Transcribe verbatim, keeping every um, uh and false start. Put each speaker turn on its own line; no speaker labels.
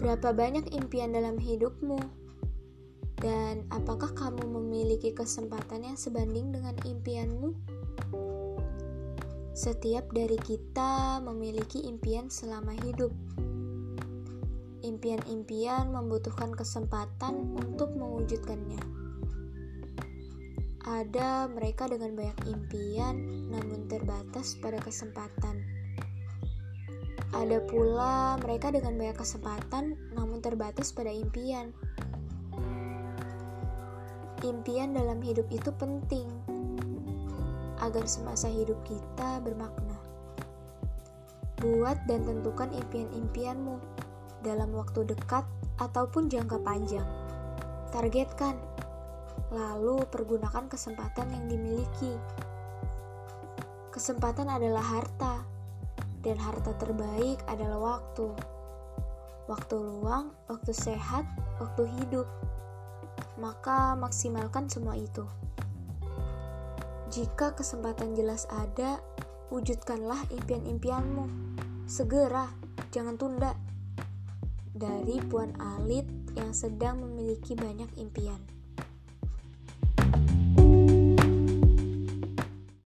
Berapa banyak impian dalam hidupmu? Dan apakah kamu memiliki kesempatan yang sebanding dengan impianmu? Setiap dari kita memiliki impian selama hidup. Impian-impian membutuhkan kesempatan untuk mewujudkannya. Ada mereka dengan banyak impian, namun terbatas pada kesempatan. Ada pula mereka dengan banyak kesempatan, namun terbatas pada impian. Impian dalam hidup itu penting, agar semasa hidup kita bermakna. Buat dan tentukan impian-impianmu dalam waktu dekat ataupun jangka panjang. Targetkan, lalu pergunakan kesempatan yang dimiliki. Kesempatan adalah harta, dan harta terbaik adalah waktu. Waktu luang, waktu sehat, waktu hidup. Maka maksimalkan semua itu. Jika kesempatan jelas ada, wujudkanlah impian-impianmu. Segera, jangan tunda. Dari Puan Alit yang sedang memiliki banyak impian.